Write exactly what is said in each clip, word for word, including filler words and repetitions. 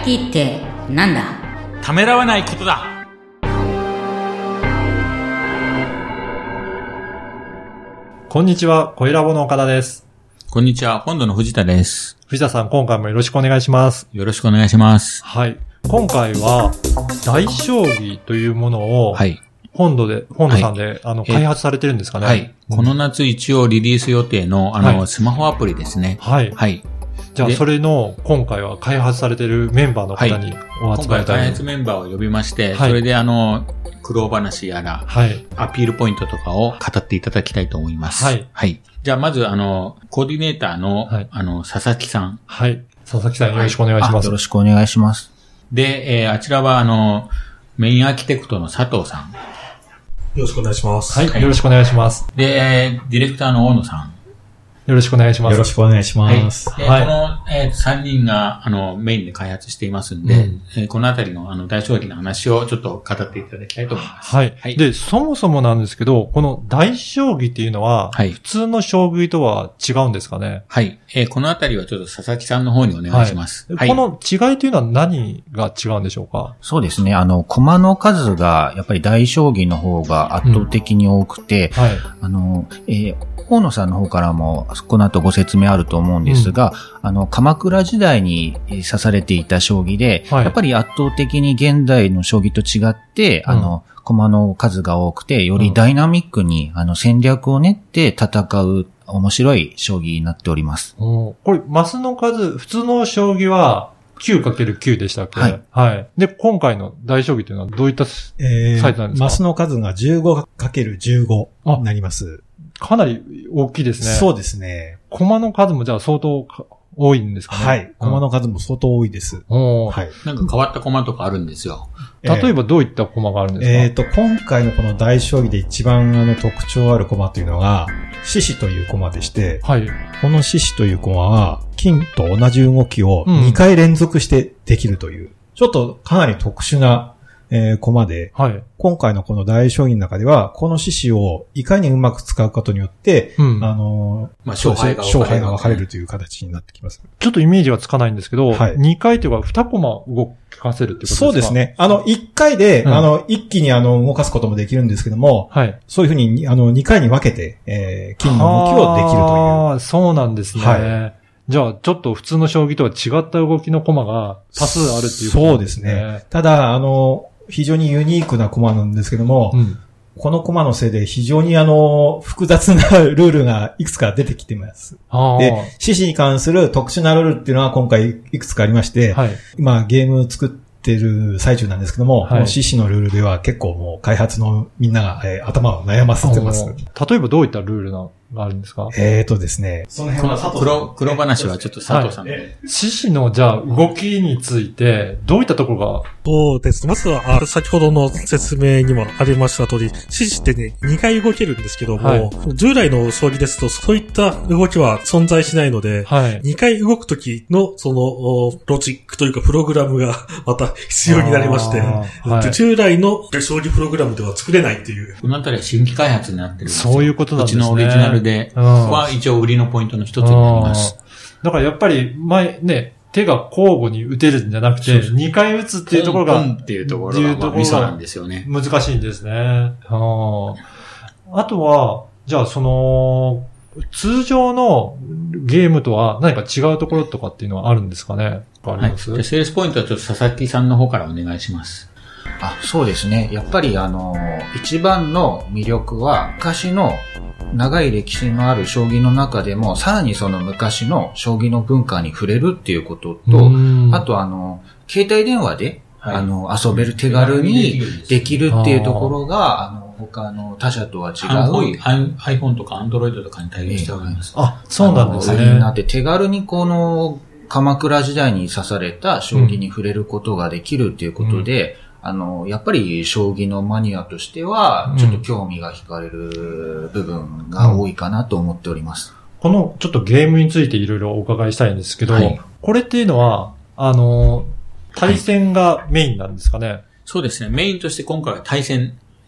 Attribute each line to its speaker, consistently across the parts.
Speaker 1: きってなんだ？
Speaker 2: ためらわないことだ。
Speaker 3: こんにちは、小ラボの岡田です。
Speaker 2: こんにちは、本土の藤田です。
Speaker 3: 藤田さん、今回もよろしくお願いします。
Speaker 2: よろしくお願いします。
Speaker 3: はい。今回は、大将棋というものを、はい。本土で、本土さんで、はい、あの、開発されてるんですかね。
Speaker 2: はい。うん、この夏一応リリース予定の、あの、はい、スマホアプリですね。
Speaker 3: はい。はい。じゃあ、それの、今回は開発されているメンバーの方にお集まりいただいて、はい、今回
Speaker 2: 開発メンバーを呼びまして、はい、それであの、苦労話やら、はい、アピールポイントとかを語っていただきたいと思います。はい。はい。じゃあ、まず、あの、コーディネーターの、はい、あの、佐々木さん。
Speaker 3: はい。佐々木さん、よろしくお願いします。はい、
Speaker 4: よろしくお願いします。
Speaker 2: で、えー、あちらは、あの、メインアーキテクトの佐藤さん。
Speaker 5: よろしくお願いします。
Speaker 3: はい。はい、よろしくお願いします。
Speaker 2: で、ディレクターの大野さん。
Speaker 3: よろしくお願いします。
Speaker 5: よろしくお願いします。
Speaker 2: はい。はい、この、えー、さんにんが、あの、メインで開発していますんで、うんえー、このあたりの、あの、大将棋の話をちょっと語っていただきたいと思います。
Speaker 3: はい。はい。で、そもそもなんですけど、この大将棋っていうのは、はい、普通の将棋とは違うんですかね？
Speaker 2: はい。えー、このあたりはちょっと佐々木さんの方にお願いします。
Speaker 3: はい。はい、この違いというのは何が違うんでしょうか？
Speaker 4: そうですね。あの、駒の数が、やっぱり大将棋の方が圧倒的に多くて、うん、はい。あの、えー、大野さんの方からも、この後ご説明あると思うんですが、うん、あの、鎌倉時代に指されていた将棋で、はい、やっぱり圧倒的に現代の将棋と違って、うん、あの、駒の数が多くて、よりダイナミックに、うん、あの、戦略を練って戦う面白い将棋になっております。
Speaker 3: これ、マスの数、普通の将棋は きゅうかけるきゅう でしたっけ？はい。はい。で、今回の大将棋というのはどういったサイズなんですか？
Speaker 5: えー、マスの数が じゅうごかけるじゅうご になります。
Speaker 3: かなり大きいですね。
Speaker 5: そうですね。
Speaker 3: 駒の数もじゃあ相当多いんですかね。
Speaker 5: はい。駒の数も相当多いです。
Speaker 2: うん、はい。なんか変わった駒とかあるんですよ。
Speaker 3: 例えばどういった駒があるんですか？
Speaker 5: えっと、今回のこの大将棋で一番あの特徴ある駒というのが、獅子という駒でして、はい。この獅子という駒は、金と同じ動きをにかい連続してできるという、うん、ちょっとかなり特殊なえー、駒で、はい、今回のこの大将棋の中では、この獅子をいかにうまく使うことによって、うん、あのー、まあ、勝敗が分かれる、勝敗が分かれるという形になってきます。
Speaker 3: ちょっとイメージはつかないんですけど、はい、にかいというかにコマ動かせるってことですか？
Speaker 5: そうですね。あの、いっかいで、うん、あの、一気にあの、動かすこともできるんですけども、はい、そういうふうに、あの、にかいに分けて、えー、金の動きをできるという。
Speaker 3: ああ、そうなんですね。はい。じゃあ、ちょっと普通の将棋とは違った動きの駒が多数あるっていうことですね。
Speaker 5: そうですね。ただ、あの、非常にユニークなコマなんですけども、うん、このコマのせいで非常にあの、複雑なルールがいくつか出てきてます。で、獅子に関する特殊なルールっていうのは今回いくつかありまして、はい、今ゲーム作ってる最中なんですけども、はい、この獅子のルールでは結構もう開発のみんなが、えー、頭を悩ませてます。
Speaker 3: 例えばどういったルールなのがあるんですか？
Speaker 5: えーとですね。
Speaker 2: その辺は佐藤さん。黒、黒話はちょっと佐藤さんで。
Speaker 3: 獅子のじゃあ動きについて、どういったところが？
Speaker 6: そうです。まずは、あ先ほどの説明にもありました通り、獅子ってね、にかい動けるんですけども、はい、従来の将棋ですと、そういった動きは存在しないので、はい、にかい動くときの、その、ロジックというかプログラムがまた必要になりまして、はい、従来の将棋プログラムでは作れないっていう。
Speaker 2: このあたりは新規開発になってるんですよ。
Speaker 3: そういうことなんですね。
Speaker 2: うちのオリジナルで、ここは一応売りのポイントの一つになります。
Speaker 3: だからやっぱり前ね、手が交互に打てるんじゃなくて、にかい打つっていうところが、
Speaker 2: ポンっていうところが、まあ、ミソなんですよね。
Speaker 3: 難しいんですね。あ, あとは、じゃあその、通常のゲームとは何か違うところとかっていうのはあるんですかね？あります？
Speaker 2: はい。セールスポイントはちょっと佐々木さんの方からお願いします。
Speaker 4: あ、そうですね。やっぱりあの、一番の魅力は、昔の長い歴史のある将棋の中でも、さらにその昔の将棋の文化に触れるっていうことと、あとあの、携帯電話で、はい、あの、遊べる手軽にできるっていうところが、あの、他の他社とは違う。
Speaker 2: iPhone とか Android とかに対応しております。
Speaker 3: えー、あ、そうなんですね。
Speaker 4: あれになって手軽にこの、鎌倉時代に指された将棋に触れることができるっていうことで、うんあの、やっぱり将棋のマニアとしては、ちょっと興味が惹かれる部分が多いかなと思っております。
Speaker 3: このちょっとゲームについていろいろお伺いしたいんですけど、はい、これっていうのは、あの、対戦がメインなんですかね？はい、
Speaker 2: そうですね。メインとして今回は対戦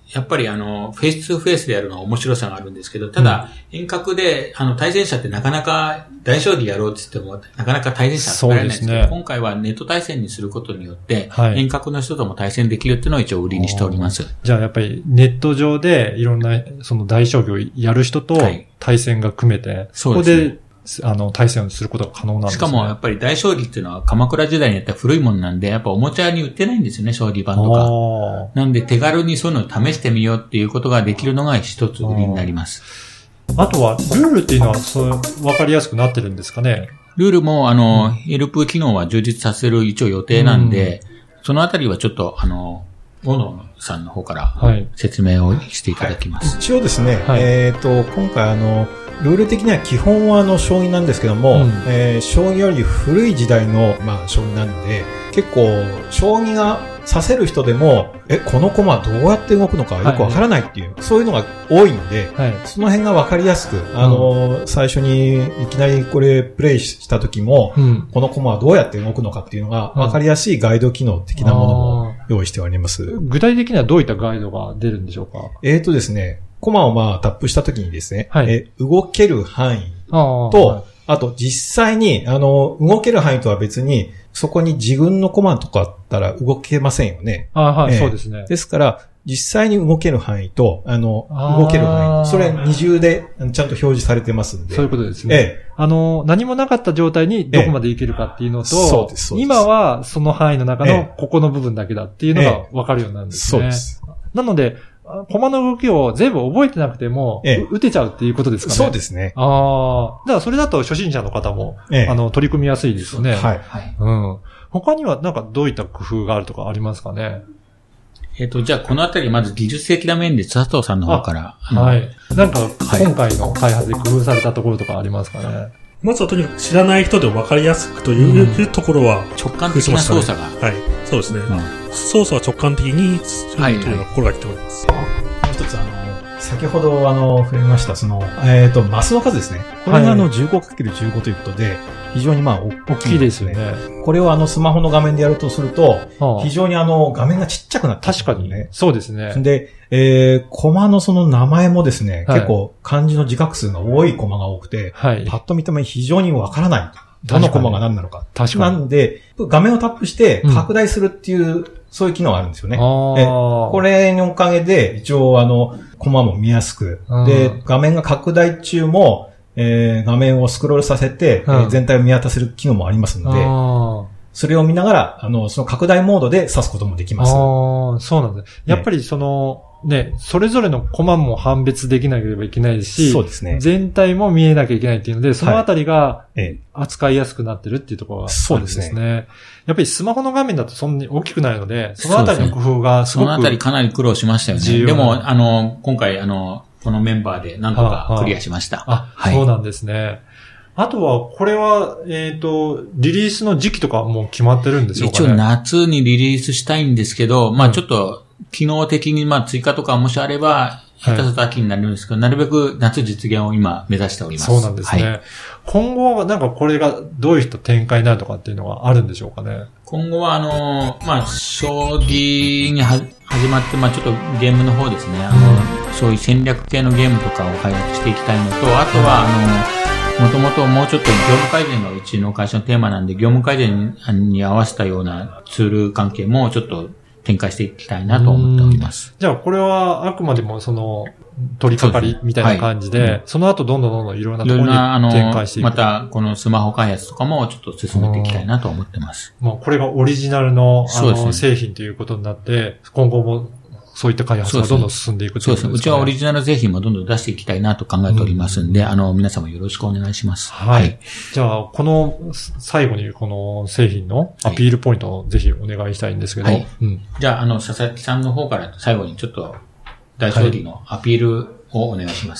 Speaker 2: やっぱりあの、フェイス2フェイスでやるのは面白さがあるんですけど、ただ、うん、遠隔で、あの、対戦者ってなかなか大将棋やろうって言っても、なかなか対戦者集められないんですけど、ね、今回はネット対戦にすることによって、はい、遠隔の人とも対戦できるっていうのを一応売りにしております。
Speaker 3: じゃあやっぱりネット上でいろんな、その大将棋をやる人と対戦が組めて、はい、そこで、あの、対戦をすることが可能なんですね。
Speaker 2: しかも、やっぱり大将棋っていうのは鎌倉時代にやった古いものなんで、やっぱおもちゃに売ってないんですよね、将棋盤とか。なんで手軽にそういうのを試してみようっていうことができるのが一つ売りになります。
Speaker 3: あ, あとは、ルールっていうのは、そう、わかりやすくなってるんですかね。
Speaker 2: ルールも、あの、エルプ機能は充実させる一応予定なんで、うん、そのあたりはちょっと、あの、大野さんの方から説明をしていただきます。
Speaker 5: はい、一応ですね、はい、えっ、ー、と、今回あの、ルール的には基本はあの将棋なんですけども、うん、えー、将棋より古い時代の、まあ、将棋なんで、結構、将棋が指せる人でも、え、この駒どうやって動くのかよくわからないっていう、はい、そういうのが多いんで、はい、その辺がわかりやすく、あの、うん、最初にいきなりこれプレイした時も、うん、この駒はどうやって動くのかっていうのがわかりやすいガイド機能的なものも用意しております。
Speaker 3: 具体的にはどういったガイドが出るんでしょうか？
Speaker 5: えーとですね、コマをまあタップしたときにですね、はい、え動ける範囲と、あ, はい、あと実際にあの動ける範囲とは別にそこに自分のコマとかあったら動けませんよね。
Speaker 3: あはい、えー、そうですね。
Speaker 5: ですから実際に動ける範囲とあの動ける範囲、それ二重でちゃんと表示されてますんで。
Speaker 3: そういうことですね。えー、あの何もなかった状態にどこまでいけるかっていうのと、えー、そうですそうです。今はその範囲の中のここの部分だけだっていうのが分かるようになるんですね。えー、そうです。なので駒の動きを全部覚えてなくても、ええ、打てちゃうっていうことですかね。
Speaker 5: そうですね。
Speaker 3: ああ。だからそれだと初心者の方も、ええ、あの、取り組みやすいですよね。はい。はい。うん。他にはなんかどういった工夫があるとかありますかね。
Speaker 2: えっ、ー、と、じゃあこのあたりまず技術的な面で佐藤さんの方から。
Speaker 3: はい。なんか今回の開発で工夫されたところとかありますかね。
Speaker 6: まずはとにかく知らない人でも分かりやすくという、うん、ところは、
Speaker 2: 直感的な操作が。
Speaker 6: はい。そうですね。うん、操作は直感的にするというのを心がけております。はいはい、
Speaker 5: 一つあの、先ほどあの、触れました、その、えっ、ー、と、マスの数ですね。これがあの、じゅうごかけるじゅうご ということで、非常にまあ、大きいですね。これをあの、スマホの画面でやるとすると、はあ、非常にあの、画面がちっちゃくなって、ね、
Speaker 3: 確かにね。そうですね。
Speaker 5: で、えー、コマのその名前もですね、はい、結構漢字の字画数が多いコマが多くて、はい、パッと見た目非常にわからない。どのコマが何なのか。確かに。なんで、画面をタップして拡大するっていう、うん、そういう機能があるんですよね。えこれのおかげで、一応あの、コマも見やすく、で、画面が拡大中も、えー、画面をスクロールさせて、うん、えー、全体を見渡せる機能もありますので、それを見ながら、あの、その拡大モードで指すこともできます。
Speaker 3: ああ、そうなんです。やっぱりその、ね、それぞれのコマも判別できなければいけないし、そうですね。全体も見えなきゃいけないっていうので、そのあたりが扱いやすくなってるっていうところがあるんですね。そうですね。やっぱりスマホの画面だとそんなに大きくないので、そのあたりの工夫がすごく、
Speaker 2: そのあたりかなり苦労しましたよね。でも、あの、今回、あの、このメンバーで何とかクリアしました。
Speaker 3: あ、あはい、そうなんですね。あとは、これは、えっと、リリースの時期とかもう決まってるんでしょうかね。
Speaker 2: 一応夏にリリースしたいんですけど、まあちょっと、機能的にまあ追加とかもしあれば、下手すると秋になるんですけど、はい、なるべく夏実現を今目指しております。
Speaker 3: そうなんですね。はい、今後はなんかこれがどういう人展開になるとかっていうのはあるんでしょうかね。
Speaker 2: 今後はあの、まあ将棋には始まって、まあちょっとゲームの方ですね、あの、うん、そういう戦略系のゲームとかを開発していきたいのと、あとはあの、もともともうちょっと業務改善がうちの会社のテーマなんで、業務改善に合わせたようなツール関係もちょっと展開していきたいなと思っております。
Speaker 3: じゃあこれはあくまでもその取り掛かりみたいな感じで、はい、その後どんどんどんどんいろんなところに展開していく。
Speaker 2: またこのスマホ開発とかもちょっと進めていきたいなと思ってます。
Speaker 3: もうこれがオリジナルの、あの、ね、製品ということになって、今後もそういった開発がどんどん進んでいくということですね。そうです。
Speaker 2: うちはオリジナル製品もどんどん出していきたいなと考えておりますんで、うん、あの、皆様よろしくお願いします。
Speaker 3: はい。はい、じゃあ、この、最後にこの製品のアピールポイントをぜひお願いしたいんですけど。はい。
Speaker 2: うん、じゃあ、あの、佐々木さんの方から最後にちょっと、大将棋のアピールをお願いします。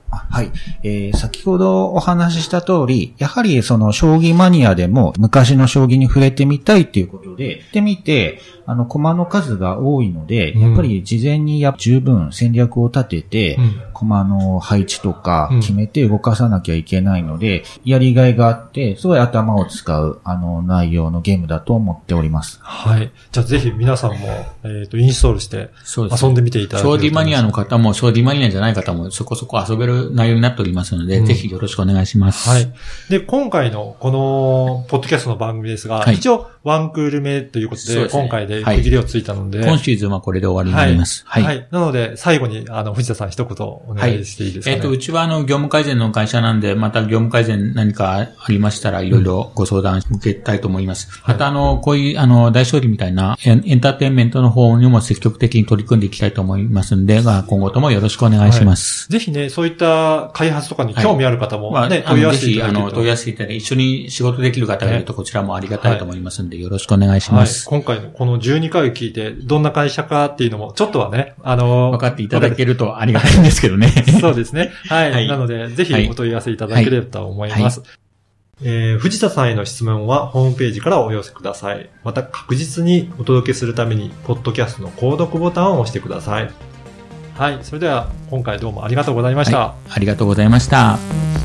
Speaker 4: はい。えー、先ほどお話しした通り、やはりその将棋マニアでも昔の将棋に触れてみたいっていうことで、でみて、あの、駒の数が多いので、うん、やっぱり事前にや十分戦略を立てて、うん、駒の配置とか決めて動かさなきゃいけないので、うん、やりがいがあって、すごい頭を使う、あの、内容のゲームだと思っております。
Speaker 3: はい。じゃあぜひ皆さんも、えっと、インストールして遊んでみていただけると。
Speaker 2: 将棋マニアの方も、将棋マニアじゃない方もそこそこ遊べる内容になっておりますので、うん、ぜひよろしくお願いします。
Speaker 3: はい。で、今回のこの、ポッドキャストの番組ですが、はい、一応、ワンクール目ということで、で今回で区切りをついたので、
Speaker 2: はい、今シーズンはこれで終わりになります。
Speaker 3: はい。はいはい、なので、最後に、あの、藤田さん一言お願いしていいですかね。
Speaker 2: はい、えっ、ー、と、うちはあの、業務改善の会社なんで、また業務改善何かありましたら、いろいろご相談受けたいと思います。うん、またあの、こういう、あの、大勝利みたいなエン、エンターテインメントの方にも積極的に取り組んでいきたいと思いますんで、今後ともよろしくお願いします。
Speaker 3: はい、ぜひね、そういった開発とかに興味ある方もね、はい、まあ、問い合わせていただけると。
Speaker 2: ぜひ、あの、問い合わせていただいて、一緒に仕事できる方がいると、こちらもありがたいと思いますんで、よろしくお願いします。
Speaker 3: はい、今回のこのじゅうにかい聞いて、どんな会社かっていうのも、ちょっとはね、あのー、
Speaker 2: 分かっていただけるとありがたいんですけどね。
Speaker 3: そうですね。はい。はい、なので、ぜひお問い合わせいただければと思います。はいはい、えー、藤田さんへの質問はホームページからお寄せください。また確実にお届けするために、ポッドキャストの購読ボタンを押してください。はい。それでは、今回どうもありがとうございました。
Speaker 2: はい、ありがとうございました。